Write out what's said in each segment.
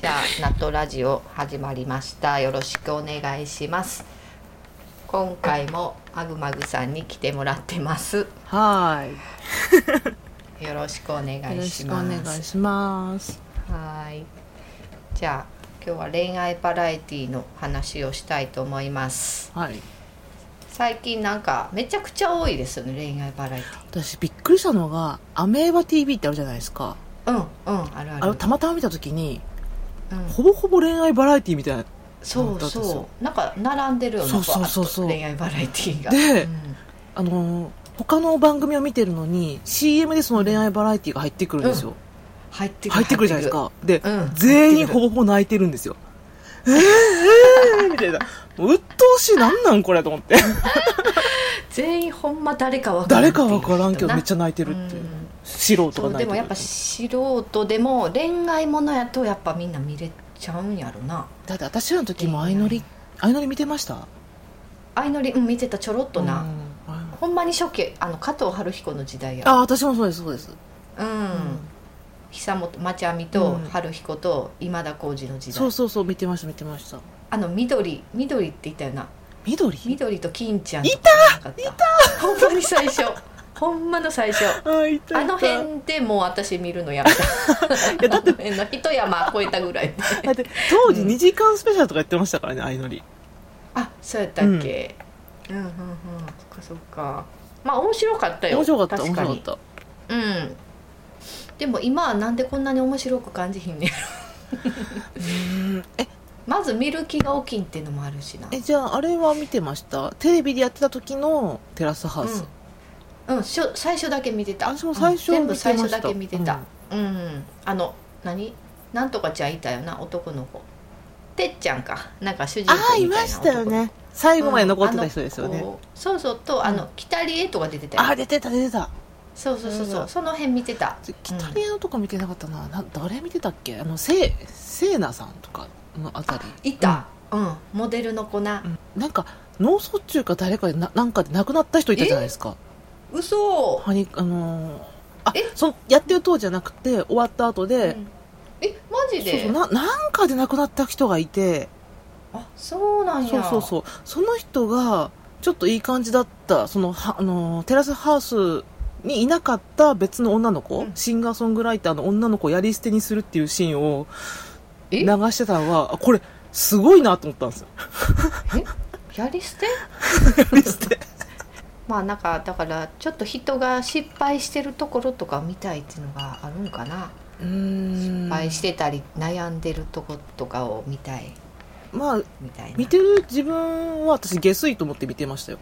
じゃあナットラジオ始まりました。よろしくお願いします。今回もアグマグさんに来てもらってます。 はい。 よろしくお願いします。 よろしくお願いします。 はい。じゃあ今日は恋愛バラエティの話をしたいと思います。 はい。 最近なんかめちゃくちゃ多いですよね、恋愛バラエティ。 私びっくりしたのがアメーバ TV ってあるじゃないですか。 あるある。 あれたまたま見た時に、 ほぼほぼ恋愛バラエティみたいな。 そうなんか並んでるよね。 そう恋愛バラエティがで、他の番組を見てるのに CM でその恋愛バラエティが入ってくるんですよ。入ってくるじゃないですか。で、全員ほぼほぼ泣いてるんですよ。みたいな。うっとうしい、なんこれと思って全員ほんま誰か分からんけどめっちゃ泣いてるっていう、素人が泣いてる。 でもやっぱ素人でも恋愛ものやとやっぱみんな見れちゃうんやろな。 だって私らの時も相乗り見てました。 相乗り、見てた、ちょろっとな、ほんまに初期加藤晴彦の時代や。 私もそうです久本まちゃみと晴彦と今田耕司の時代。 そう見てました。 緑って言ったよな。緑と金ちゃんいたほんまに最初ほんまの最初あの辺でもう私見るのやめただっての一山越えたぐらいでだって当時2時間スペシャルとかやってましたからね、相乗り。 そうやったっけ。そっか。まあ面白かったよ。確かに。でも今はなんでこんなに面白く感じひんねやろまず見る気が起きんっていうのもあるしな。 じゃああれは見てました？テレビでやってた時のテラスハウス。 最初だけ見てた。 私も最初全部最初だけ見てた。なんとかちゃんいたよな、男の子。てっちゃんか、なんか主人公みたいな男の子。 いましたよね。最後まで残ってた人ですよね。 そうと北リエとか出てたよ。 出てた。そうその辺見てた。 北リエのとか見てなかったな。誰見てたっけ？せいなさんとかのあたりいた。モデルの子な。 なんか脳卒中か誰かでなんかで亡くなった人いたじゃないですか。 嘘。 やってる当時じゃなくて終わった後で、 マジで？ なんかで亡くなった人がいて。 そうなんや。 その人がちょっといい感じだった。テラスハウスにいなかった別の女の子、シンガーソングライターの女の子をやり捨てにするっていうシーンを流してたのは、これすごいなと思ったんですよ。 やり捨てまあなんかだからちょっと人が失敗してるところとか見たいっていうのがあるんかな。失敗してたり悩んでるとことかを見たい。 見てる自分は私下水と思って見てましたよ。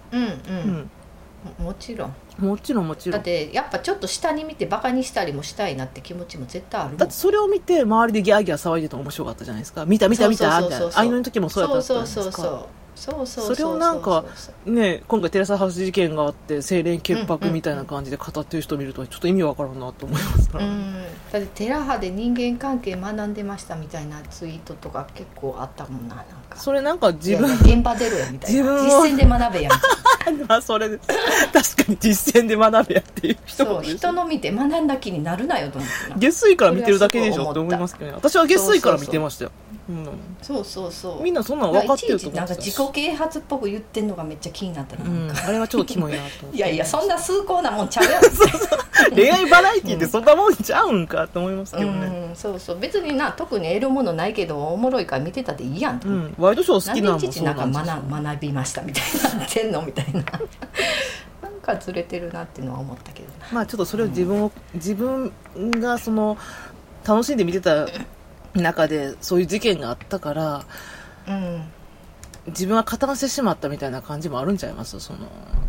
もちろんだってやっぱちょっと下に見てバカにしたりもしたいなって気持ちも絶対あるもん。 だってそれを見て周りでギャーギャー騒いでたら面白かったじゃないですか。見たみたいな。相乗りの時もそうやったじゃないですか。それをなんかね、今回テラスハウス事件があって清廉潔白みたいな感じで語ってる人を見るとちょっと意味わからんなと思いますから。 だってテラハで人間関係学んでましたみたいなツイートとか結構あったもんな。なんかそれなんか自分現場出ろやみたいな、実践で学べやみたいなそれです確かに実践で学べやっていうそう人の見て学んだ気になるなよと思ってな。 下水から見てるだけでしょって思いますけどね。私は下水から見てましたよ。 そうみんなそんなの分かってると思ってたし、 なんか自己啓発っぽく言ってんのがめっちゃ気になったな。 あれはちょっとキモいなと思って。 いやそんな崇高なもんちゃうやん恋愛バラエティってそんなもんちゃうんかと思いますけどね。 別にな特に得るものないけどおもろいから見てたっていいやん、 ワイドショー好きなのもそうなんですよ。学びましたみたいになってんのみたいななんかずれてるなっていうのは思ったけどな。 ちょっとそれを自分が楽しんで見てた中でそういう事件があったから、自分は加担してしまったみたいな感じもあるんちゃいます？そう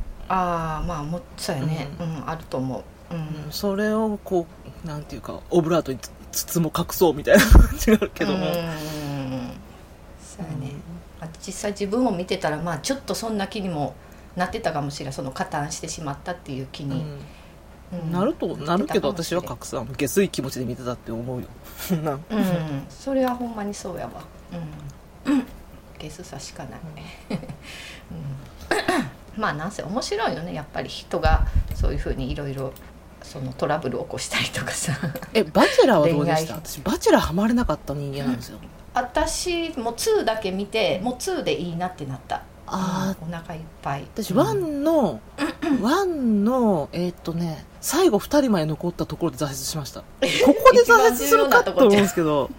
やね、あると思う。 それをなんていうかオブラートに包も隠そうみたいな感じがあるけども、そうやね。実際自分を見てたらちょっとそんな気にもなってたかもしれない。加担してしまったっていう気に、 なるけど私は下水気持ちで見てたって思うよそれはほんまにそうやわ。下水さしかない、なんせ面白いよねやっぱり人がそういうふうにいろいろそのトラブル起こしたりとかさバチェラーはどうでした？ 恋愛私バチェラーハマれなかった人間なんですよ、 私も2だけ見てもう2でいいなってなった。 あお腹いっぱい。 私ワンの最後2人まで残ったところで挫折しました。ここで挫折するかと思うんですけど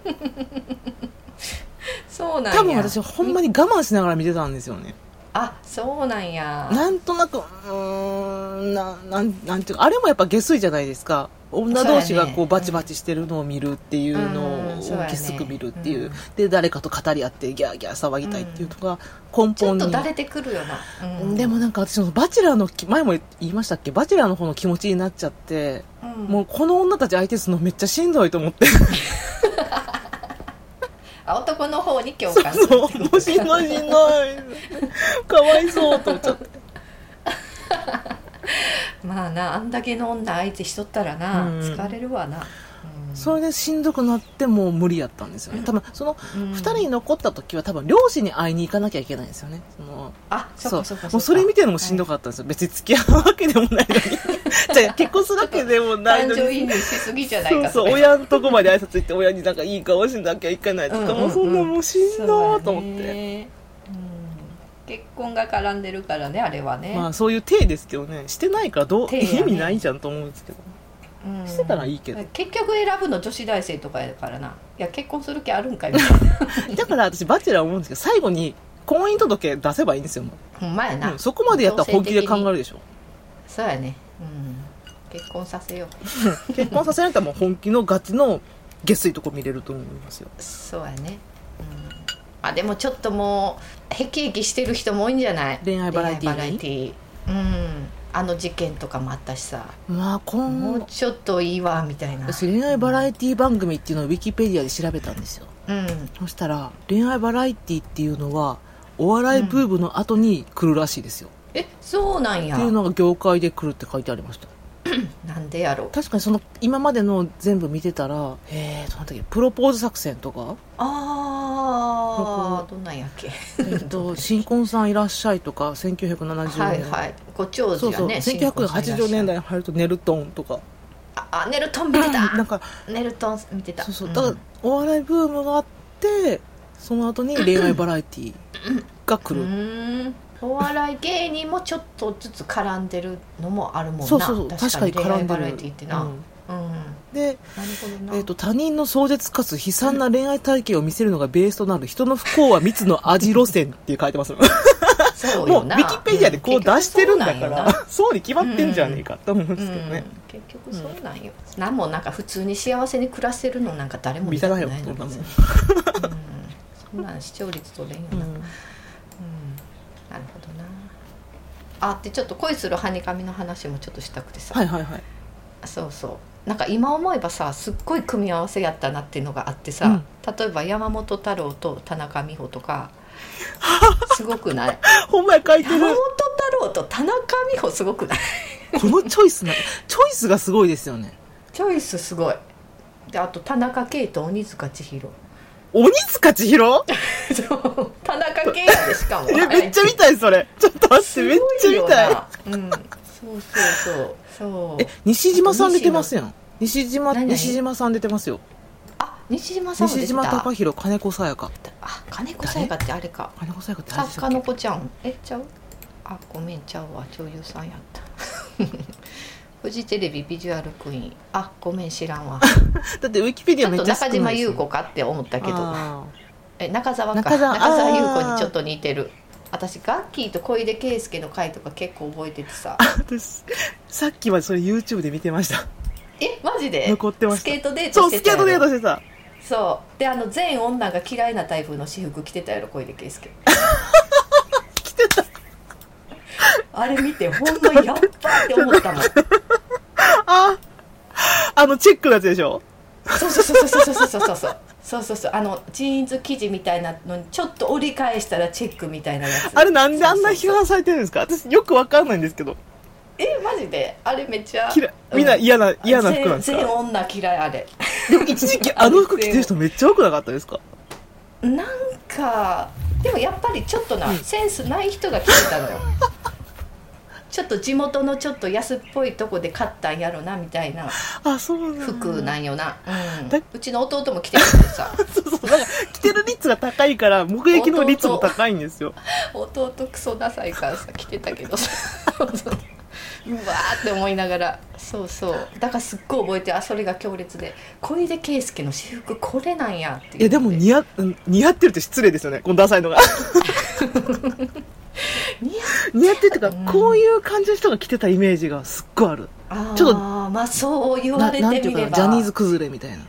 そうなんや。 多分私ほんまに我慢しながら見てたんですよね。 あ、そうなんや。 なんとなくなんていうか、あれもやっぱ下水じゃないですか。女同士がこうバチバチしてるのを見るっていうのを下水く見るっていう、で誰かと語り合ってギャーギャー騒ぎたいっていうのが根本に、 ちょっとだれてくるよな、 でもなんか私のバチェラーの前も言いましたっけ、バチェラーの方の気持ちになっちゃって、もうこの女たち相手するのめっちゃしんどいと思って男の方に共感するってことか。 もうしんどいかわいそうと思っちゃってまあな、あんだけの女相手しとったらな、疲れるわな、 それでしんどくなってもう無理やったんですよね。多分その2人に残った時は多分両親に会いに行かなきゃいけないんですよね。 そうもうそれ見てるのもしんどかったんですよ、別に付き合うわけでもないのにじゃあ結婚するわけでもないのに誕生日にしすぎじゃないか。 そう親のとこまで挨拶行って親になんかいい顔しなきゃいけないって言ったら、もうそんなもうしんどーと思って、 結婚が絡んでるからね、あれはね。 まあそういう体ですけどね、してないから意味ないじゃんと思うんですけど、してたらいいけど、 結局選ぶの女子大生とかやからな。いや結婚する気あるんかいみたいなだから私バチェラー思うんですけど、最後に婚姻届出せばいいんですよ。もうほんまやな、 そこまでやったら本気で考えるでしょ。 そうやね、結婚させよう結婚させられたらもう本気のガチの下水とこ見れると思いますよ。 そうやね、でもちょっともうへきへきしてる人も多いんじゃない？ 恋愛バラエティあの事件とかもあったしさ、 もうちょっといいわみたいな。 私恋愛バラエティ番組っていうのをウィキペディアで調べたんですよ、そしたら恋愛バラエティっていうのはお笑いブームの後に来るらしいですよ、 そうなんやっていうのが業界で来るって書いてありましたなんでやろう。 確かにその今までの全部見てたらその時プロポーズ作戦とかどんなんやっけ新婚さんいらっしゃいとか1970年、 ご長寿やね。 1980年代に入るとネルトンとかネルトン見てたなんかネルトン見てた。 だからお笑いブームがあってその後に恋愛バラエティが来るお笑い芸人もちょっとずつ絡んでるのもあるもんな。 そう確かに絡んでる恋愛バラエティってな、 で、他人の壮絶かつ悲惨な恋愛体験を見せるのがベースとなる人の不幸は蜜の味路線って書いてますそうもうウィキペディアでこう出してるんだからそうに決まってんじゃねえかと思うんですけどね、 結局そうなんよ、なんもなんか普通に幸せに暮らせるのなんか誰も見たくないよそんなもんそんなん視聴率取れんよな、なるほどな。でちょっと恋するはにかみの話もちょっとしたくてさ、そうなんか今思えばさ、すっごい組み合わせやったなっていうのがあってさ、例えば山本太郎と田中美穂とかすごくないほんまや書いてる。 山本太郎と田中美穂すごくないこのチョイスがすごいですよね。 チョイスすごい。であと田中圭と鬼塚千尋鬼塚千尋そう田中圭やで、しかもめっちゃ見たいそれ。ちょっと待ってめっちゃ見たい。 そう西島さん出てますやん。西島さん出てますよ。 西島さんも出てた。 西島貴博、金子沙耶香。 金子沙耶香ってあれか。 金子沙耶香って作家の子ちゃん。ちゃう？ごめん、ちゃうわ、女優さんやったフジテレビビジュアルクイーン。ごめん、知らんわだってウィキペディアめっちゃ少ないですよ。 ちょっと中島優子かって思ったけど中澤優子にちょっと似てる。私ガッキーと小出圭介の回とか結構覚えててさ私さっきはそれ YouTube で見てました。 マジで？ 残ってました。 スケートデートしてたやろ。 そう、スケートデートしてた。 そうで全女が嫌いなタイプの私服着てたやろ、小出圭介着てた。 あれ見てほんまやっばって思ったもんチェックのやつでしょ。 そうジーンズ生地みたいなのにちょっと折り返したらチェックみたいなやつ。 あれなんであんな批判されてるんですか？私よくわかんないんですけど。 マジであれめっちゃ嫌い。みんな嫌な服なんですか？ 全女嫌いあれ。 でも一時期あの服着てる人めっちゃ多くなかったですか？ なんかでもやっぱりちょっとセンスない人が着てたのよちょっと地元のちょっと安っぽいとこで買ったんやろなみたいな服なんよな、うちの弟も着てるけどさそうなんか着てる率が高いから目撃の率も高いんですよ。 弟クソダサいからさ着てたけどさうわーって思いながら、そうだからすっごい覚えて、それが強烈で、小出圭介の私服これなんやっていう。 いやでも似合ってるって失礼ですよね、このダサいのが似合ってるっていうか、こういう感じの人が着てたイメージがすっごいある。ちょっとまあそう言われてみれば、なんていうかジャニーズ崩れみたいな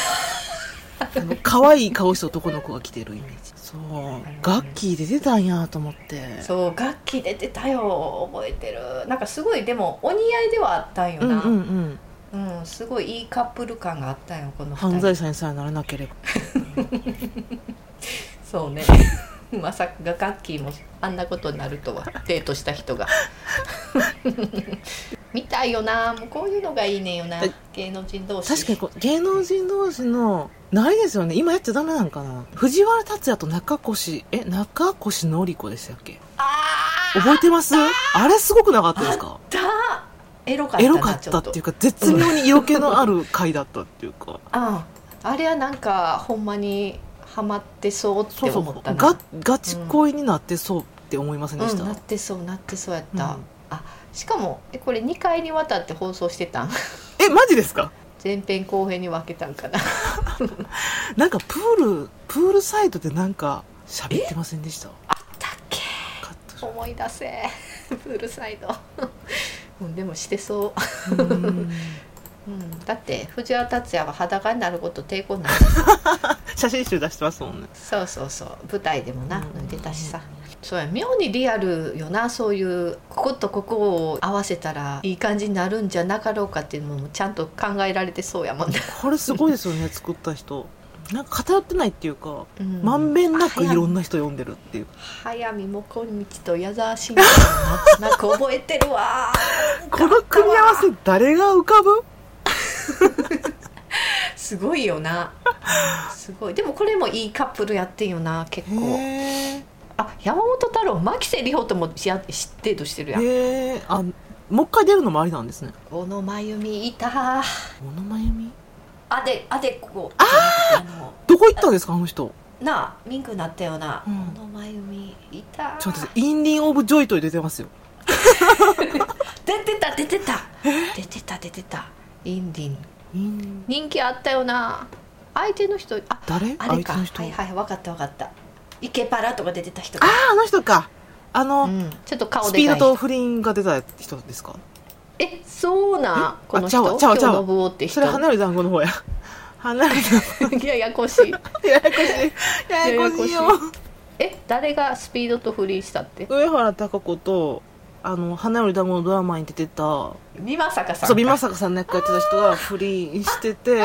可愛い顔した男の子が着てるイメージ。そうガッキーで出たんやと思って。 そうガッキーで出たよ、覚えてる。なんかすごいでもお似合いではあったんよな、すごいいいカップル感があったんよ、この2人。 犯罪者にさえならなければそうねまさかガッキーもあんなことになるとは、デートした人が見たいよな、もうこういうのがいいねんよな、芸能人同士。 確かに芸能人同士のないですよね、今やっちゃダメなんかな。藤原竜也と中越典子でしたっけ。覚えてます？あれすごくなかったですか？ エロかったっていうか、絶妙に色気のある回だったっていうかあれはなんかほんまにハマってそうって思ったな。 ガチ恋になってそうって思いませんでした？ なってそうやった、しかもこれ2回にわたって放送してたんマジですか？ 前編後編に分けたんかななんかプールサイドでなんか喋ってませんでした？ あったっけ？思い出せプールサイドでもしてそうだって藤原竜也は裸になること抵抗ない写真集出してますもんね。 そう舞台でもな脱いでたしさ、そうや、妙にリアルよな、そういうこことここを合わせたらいい感じになるんじゃなかろうかっていうのもちゃんと考えられてそうやもんねこれすごいですよね作った人なんか偏ってないっていうか、まんべんなくいろんな人読んでるっていう。 早見もこみちと矢沢慎吾のなんか覚えてるわこの組み合わせ誰が浮かぶすごいよなすごい。でもこれもいいカップルやってんよな結構。山本太郎、牧瀬里穂ともデートしてるやん。 もう一回出るのもありなんですね。 小野真由美いた。 小野真由美ここどこ行ったんですかあの人なあ、ミンクになったよな、小野真由美いた。 ちょっとインディン・オブ・ジョイトに出てますよ出てたインディン人気あったよな。相手の人誰？ あれか、分かったイケパラとか出てた人か。 あの人か、 ちょっと顔でかい人、 スピードと不倫が出た人ですか？ そうな、この人ちゃう京信夫って人。 それ離れ団子の方やややこしいよ。誰がスピードと不倫したって？ 上原貴子と花より団子のドラマに出てた美作さん。 そう、美作さんの役やってた人が不倫してて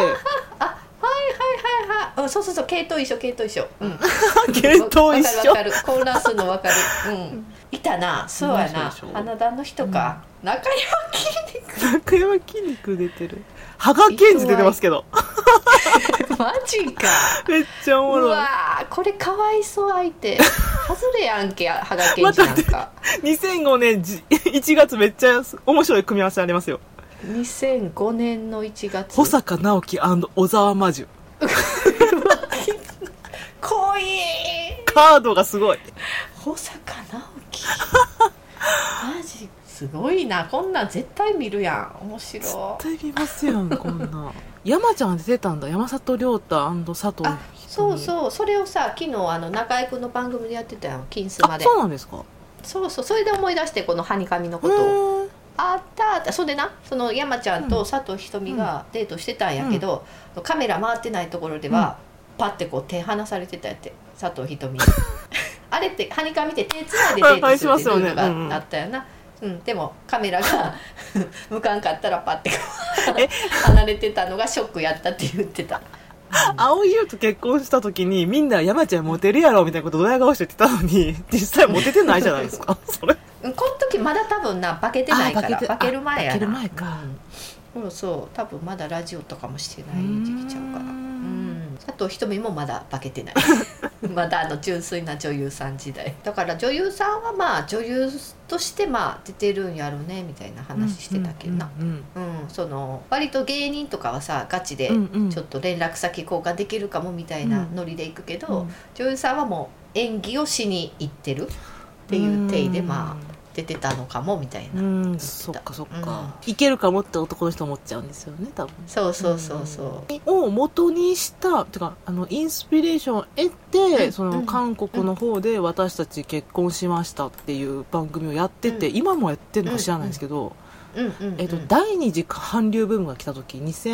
そう系統一緒系統一緒わかる混乱するの分かるいたな。そうやな、花壇の人か、中山筋肉出てる。羽賀健二出てますけどマジかめっちゃおもろい。 うわこれかわいそう相手外れやんけ羽賀健二なんか 2005年1月めっちゃ面白い組み合わせありますよ。 2005年の1月保坂直樹&小沢真珠濃いカードがすごい。 保坂直樹マジすごいな。こんなん絶対見るやん。面白い。 絶対見ますやんこんな山ちゃん出てたんだ。山里亮太&佐藤。 そうそれをさ昨日中居君の番組でやってたよ、金スマで。 そうなんですか。 そうそれで思い出して、このはにかみのことをあったそれでな、その山ちゃんと佐藤ひとみがデートしてたんやけど、カメラ回ってないところでは、パッてこう手離されてたやって佐藤ひとみあれってはにかみって手つないでデートするっていうルールがあったよな。でもカメラが向かんかったらパッて離れてたのがショックやったって言ってた。 蒼井優と結婚した時にみんな山ちゃんモテるやろみたいなことドヤ顔して言ってたのに実際モテてないじゃないですかそれこの時まだ多分な化けてないから。化ける前やな。 化ける前か、 そう多分まだラジオとかもしてない時期ちゃうから。 佐藤仁美もまだ化けてないまだ純粋な女優さん時代だから女優さんはまあ女優としてまあ出てるんやろねみたいな話してたけどな、その割と芸人とかはさガチでちょっと連絡先交換できるかもみたいなノリでいくけど、女優さんはもう演技をしに行ってるっていう体でまあ出てたのかもみたいな。 そっかそっか、いけるかもって男の人思っちゃうんですよね多分。 そうを元にしたてかインスピレーションを得て、その韓国の方で私たち結婚しましたっていう番組をやってて、今もやってるのか知らないんですけど、第二次韓流ブームが来た時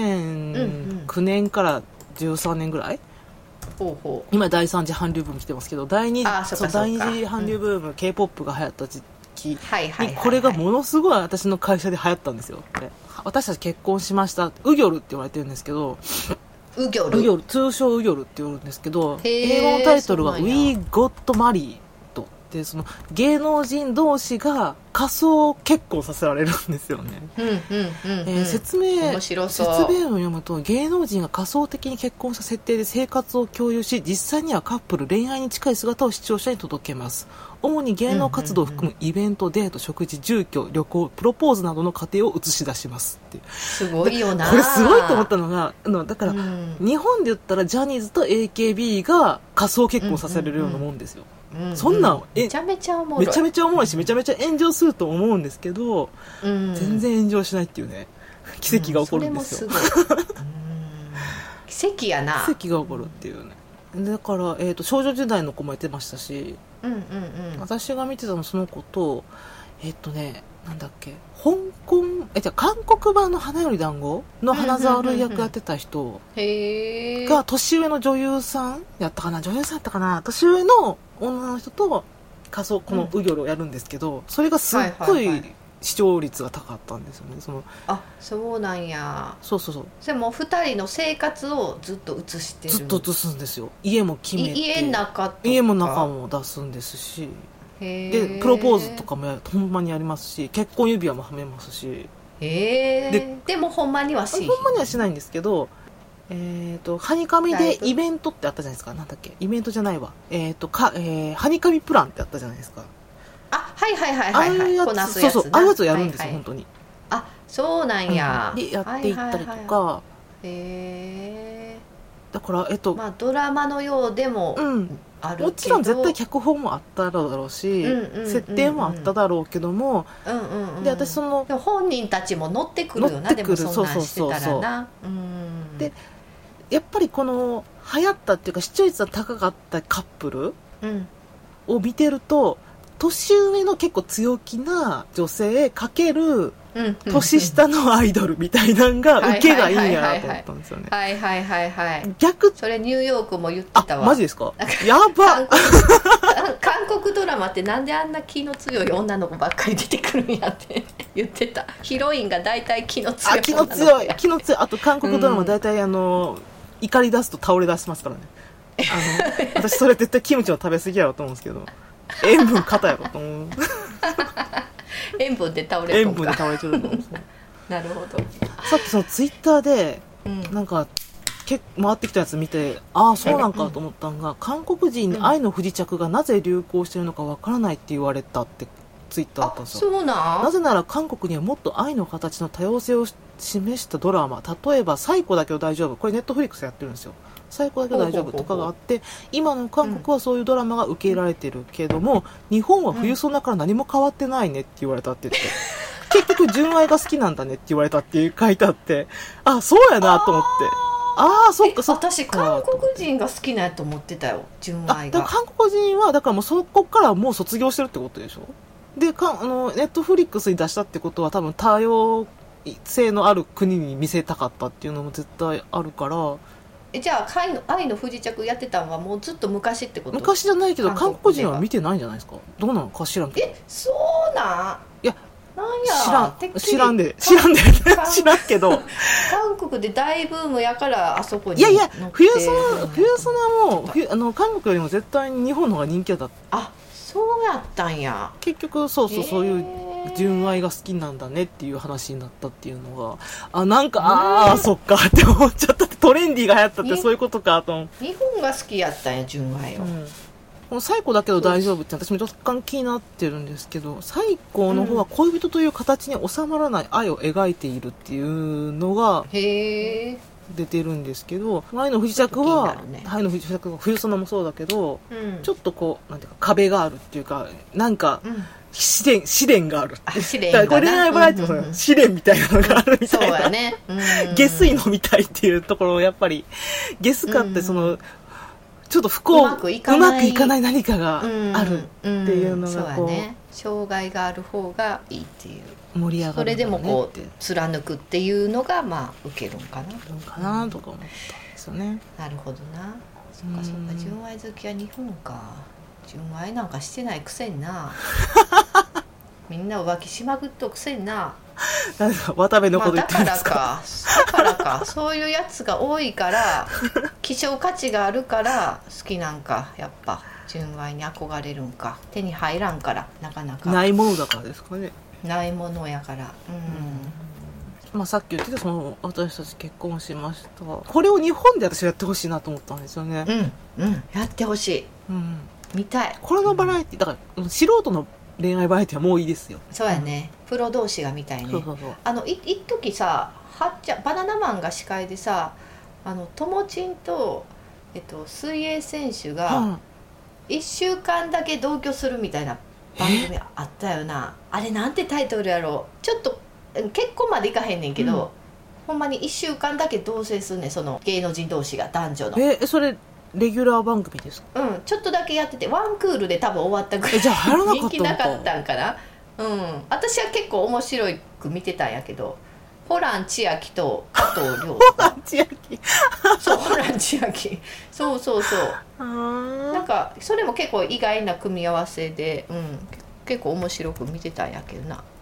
2009年から13年ぐらい、今第三次韓流ブーム来てますけど、第二次韓流ブーム、K-POP が流行った時にこれがものすごい私の会社で流行ったんですよ。私たち結婚しましたウギョルって言われてるんですけど、 ウギョル通称ウギョルって言うんですけど、英語のタイトルは We Got Marriedで、その芸能人同士が仮想結婚させられるんですよね。説明を読むと、芸能人が仮想的に結婚した設定で生活を共有し、実際にはカップル恋愛に近い姿を視聴者に届けます。主に芸能活動を含むイベント、デート、食事、住居、旅行、プロポーズなどの過程を映し出しますっていう。 すごいよな。 これすごいと思ったのがだから、日本で言ったらジャニーズと AKB が仮想結婚させられるようなもんですよ。そんなんめちゃめちゃおもろい、 めちゃめちゃ重いし、めちゃめちゃ炎上すると思うんですけど、全然炎上しないっていうね、奇跡が起こるんですよ。 それもすごい奇跡やな。 奇跡が起こるっていうね。だから、少女時代の子もやってましたし、私が見てたのその子となんだっけ、韓国版の花より団子の花沢類役やってた人が年上の女優さんやったかな、年上の女の人とこのウギョルをやるんですけど、それがすっごい視聴率が高かったんですよね。 そうなんや。 それも2人の生活をずっと映してる。 ずっと映すんですよ。家も決めて、家も中も出すんですし、でプロポーズとかもほんまにやりますし、結婚指輪もはめますし、 でもほんまにはしないんですけど、ハニカミでイベントってあったじゃないですか。なんだっけ、イベントじゃないわ、ハニカミプランってあったじゃないですか。 はいああいうやつ、ああいうやつをやるんですよ、本当に。 そうなんや。 でやっていったりとか、だからドラマのようでもあるけど、 もちろん絶対脚本もあっただろうし、設定もあっただろうけども、で私でも本人たちも乗ってくるよな。でもそんなんしてたらな。 でやっぱりこの流行ったっていうか視聴率が高かったカップルを見てると、年上の結構強気な女性かける年下のアイドルみたいなのが受けがいいんやなと思ったんですよね。 それニューヨークも言ってたわ。 マジですか。やば韓国ドラマってなんであんな気の強い女の子ばっかり出てくるんやって言ってた。ヒロインが大体気の強い女の子や。 気の強い。あと韓国ドラマ大体怒り出すと倒れ出しますからね。私それ絶対キムチを食べ過ぎやろと思うんですけど、塩分過多やろと思う。 塩分で倒れるのか。 塩分で倒れてると思うんですね。 なるほど。 さっきそのツイッターで、なんか回ってきたやつ見て、そうなんかと思ったのが、韓国人に愛の不時着がなぜ流行しているのかわからないって言われたってツイッターだったんですよ。なぜなら韓国にはもっと愛の形の多様性を示したドラマ、例えばサイコだけど大丈夫、これネットフリックスやってるんですよ。サイコだけど大丈夫とかがあって、今の韓国はそういうドラマが受け入れられてるけども、日本は冬ソナから何も変わってないねって言われたって言って、結局純愛が好きなんだねって言われたって書いてあって、そうやなと思って、そっか。 私韓国人が好きなやと思ってたよ、純愛が。 だから韓国人はだからもうそこからもう卒業してるってことでしょ。でネットフリックスに出したってことは多分多様性のある国に見せたかったっていうのも絶対あるから。 じゃあ愛の不時着やってたのはもうずっと昔ってこと？ 昔じゃないけど韓国人は見てないんじゃないですか。どうなのか知らんけど。 そうなん？ いやなんや知らんけど韓国で大ブームやからあそこに。 いや冬ソナも韓国よりも絶対に日本の方が人気だった。 そうやったんや。 結局そういう純愛が好きなんだねっていう話になったっていうのが、なんかそっかって思っちゃったって、トレンディーが流行ったってそういうことかと思って。 日本が好きやったんや、純愛を。 この最古だけど大丈夫って私も若干気になってるんですけど、最古の方は恋人という形に収まらない愛を描いているっていうのが出てるんですけど、愛の不時着は、愛の不時着は冬ソナもそうだけど、ちょっとこうなんていうか壁があるっていうか、なんか、試練がある。 試練がな。 これ恋愛バラエティーも試練みたいなのがあるみたいな。 そうやね。 下水のみたいっていうところをやっぱり、ゲスかってその、ちょっとうまくいかない何かがあるっていうのがこう、 そうやね、障害がある方がいいっていう、 盛り上がる、ね、 それでもこう貫くっていうのがまあ受けるんかなとか思ったんですよね。 なるほどな。そっかそっか、純愛好きは日本か。純愛なんかしてないくせになみんな浮気しまくっとくせにななんか渡部のこと言ってるんですか。 だからかそういうやつが多いから希少価値があるから好きなんか。やっぱ純愛に憧れるんか。手に入らんからなかなか。 ないものだからですかね。 ないものやから。 まあ、さっき言ってたその私たち結婚しました、これを日本で私やってほしいなと思ったんですよね。 やってほしい。見たい。 これのバラエティだから素人の恋愛バラエティはもういいですよ。 そうやね、プロ同士が見たいね。一時さ、バナナマンが司会でさ、ともちんと、水泳選手が1週間だけ同居するみたいな番組あったよな。あれなんてタイトルやろう。ちょっと結婚までいかへんねんけど、ほんまに1週間だけ同棲すんねん、その芸能人同士が、男女の。 それレギュラー番組ですか。 ちょっとだけやってて、ワンクールで多分終わったぐらい。 じゃあ入らなかったのか。 人気なかったんかな。私は結構面白く見てたんやけど、ホラン千秋と加藤亮。ホラン千秋そう、ホラン千秋。そうなんかそれも結構意外な組み合わせで、結構面白く見てたんやけどな。